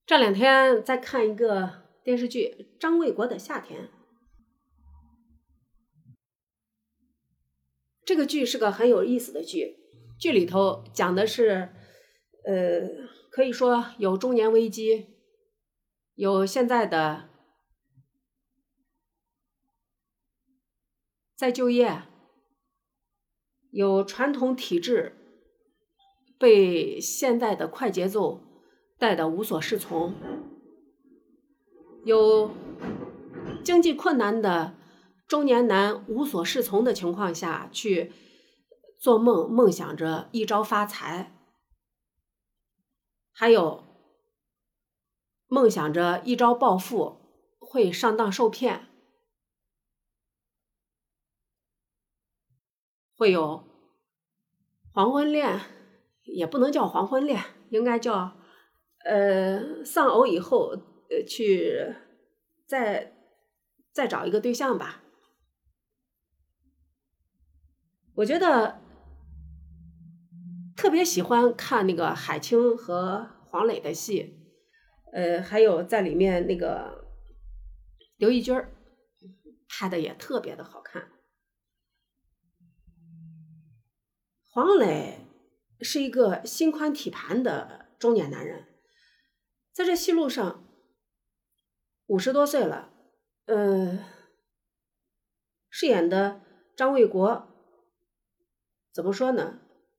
这两天在看一个电视剧《张卫国的夏天》。这个剧是个很有意思的剧，剧里头讲的是，可以说有中年危机，有现在的再就业，有传统体制被现代的快节奏带得无所适从，有经济困难的中年男无所适从的情况下去做梦，梦想着一朝发财，还有梦想着一朝暴富，会上当受骗，会有黄昏恋，也不能叫黄昏恋，应该叫丧偶以后去再找一个对象吧。我觉得特别喜欢看那个海清和黄磊的戏，还有在里面那个刘奕君拍的也特别的好看。黄磊是一个心宽体盘的中年男人，在这戏路上50多岁了，饰演的张卫国怎么说呢？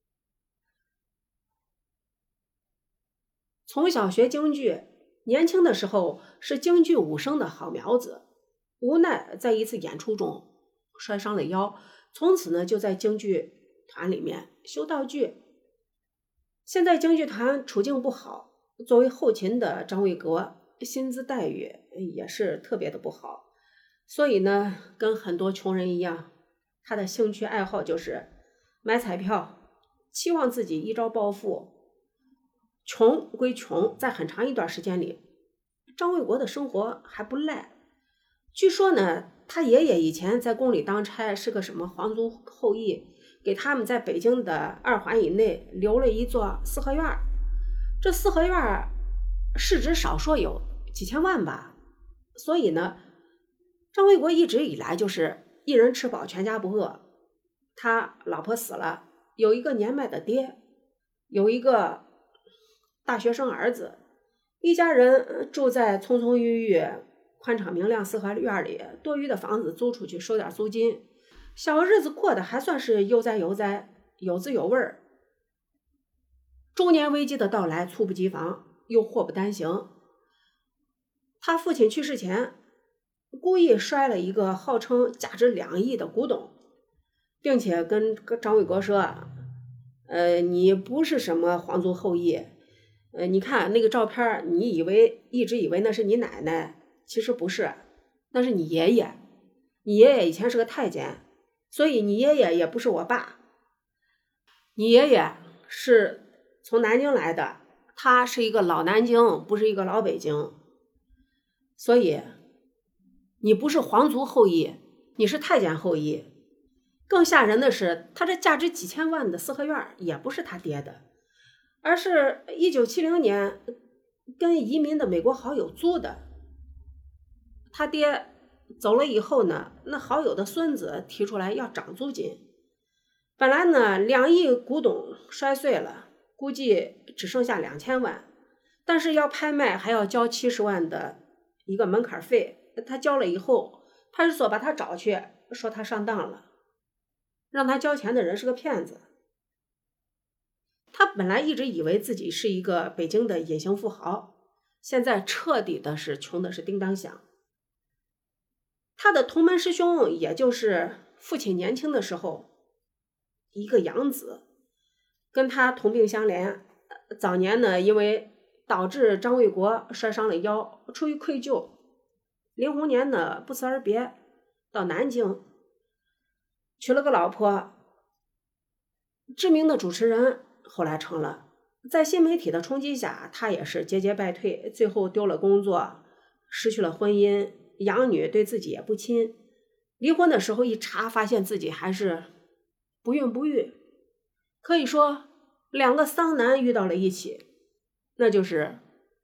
从小学京剧，年轻的时候是京剧武生的好苗子，无奈在一次演出中摔伤了腰，从此呢就在京剧团里面修道具。现在京剧团处境不好，作为后勤的张卫国薪资待遇也是特别的不好，所以呢跟很多穷人一样，他的兴趣爱好就是买彩票，期望自己一朝暴富。穷归穷，在很长一段时间里，张卫国的生活还不赖。据说呢，他爷爷以前在宫里当差，是个什么皇族后裔，给他们在北京的2环以内留了一座四合院。这四合院市值少说有几千万吧，所以呢，张卫国一直以来就是一人吃饱全家不饿。他老婆死了，有一个年迈的爹，有一个大学生儿子，一家人住在葱葱郁郁、宽敞明亮四合院里，多余的房子租出去收点租金，小日子过得还算是悠哉悠哉，有滋有味儿。中年危机的到来猝不及防，又祸不单行。他父亲去世前，故意摔了一个号称价值2亿的古董，并且跟张卫国说，你不是什么皇族后裔，你看那个照片，你一直以为那是你奶奶，其实不是，那是你爷爷。你爷爷以前是个太监，所以你爷爷也不是我爸。你爷爷是从南京来的，他是一个老南京，不是一个老北京。所以你不是皇族后裔，你是太监后裔。更吓人的是，他这价值几千万的四合院也不是他爹的，而是1970年跟移民的美国好友租的。他爹走了以后呢，那好友的孙子提出来要涨租金。本来呢2亿古董摔碎了，估计只剩下2000万，但是要拍卖还要交70万的一个门槛费。他交了以后，派出所把他找去，说他上当了，让他交钱的人是个骗子。他本来一直以为自己是一个北京的隐形富豪，现在彻底的是穷的是叮当响。他的同门师兄，也就是父亲年轻的时候一个养子，跟他同病相怜。早年呢，因为导致张卫国摔伤了腰，出于愧疚，林洪年呢不辞而别，到南京娶了个老婆，知名的主持人后来成了。在新媒体的冲击下，他也是节节败退，最后丢了工作，失去了婚姻，养女对自己也不亲。离婚的时候一查，发现自己还是不孕不育。可以说2个丧男遇到了一起，那就是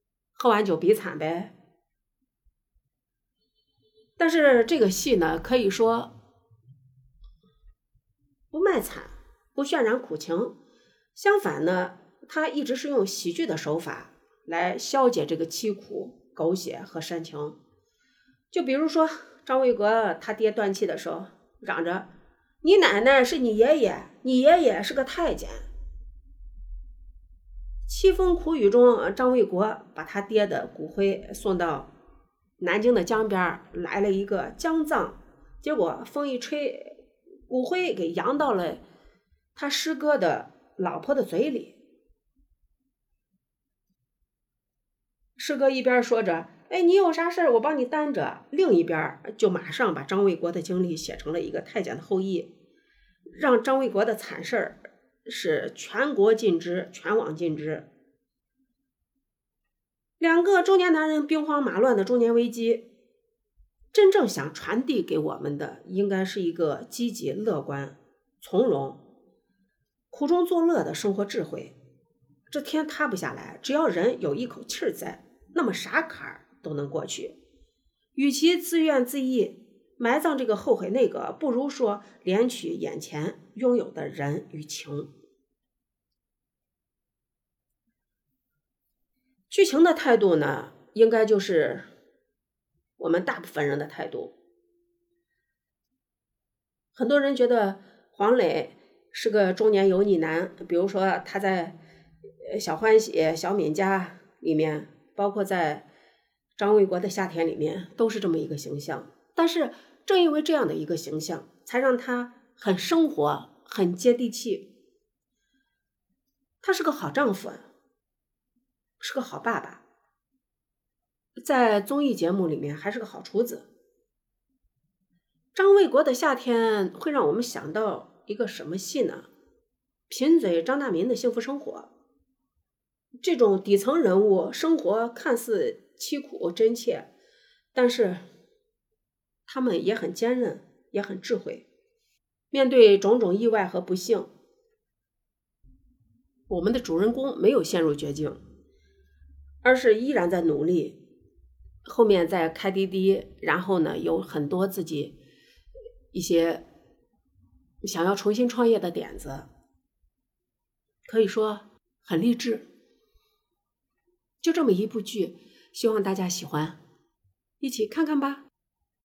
喝完酒比惨呗。但是这个戏呢，可以说不卖惨，不渲染苦情，相反呢，他一直是用喜剧的手法来消解这个凄苦、狗血和煽情。就比如说张卫国他爹断气的时候，嚷着你奶奶是你爷爷，你爷爷是个太监。凄风苦雨中，张卫国把他爹的骨灰送到南京的江边，来了一个江葬，结果风一吹，骨灰给扬到了他师哥的老婆的嘴里。师哥一边说着你有啥事我帮你担着，另一边就马上把张卫国的经历写成了一个太监的后裔，让张卫国的惨事是全国尽知，全网尽知。两个中年男人兵荒马乱的中年危机，真正想传递给我们的应该是一个积极乐观从容苦中作乐的生活智慧。这天塌不下来，只要人有一口气在，那么啥坎都能过去。与其自怨自艾埋葬这个后悔那个，不如说怜取眼前拥有的人与情。剧情的态度呢，应该就是我们大部分人的态度。很多人觉得黄磊是个中年油腻男，比如说他在小欢喜、小敏家里面，包括在张卫国的夏天里面，都是这么一个形象。但是正因为这样的一个形象，才让他很生活，很接地气。他是个好丈夫，是个好爸爸，在综艺节目里面还是个好厨子。张卫国的夏天会让我们想到一个什么戏呢？贫嘴张大民的幸福生活。这种底层人物生活看似凄苦真切，但是他们也很坚韧，也很智慧。面对种种意外和不幸，我们的主人公没有陷入绝境，而是依然在努力。后面在开滴滴，然后呢有很多自己一些想要重新创业的点子，可以说很励志。就这么一部剧，希望大家喜欢，一起看看吧。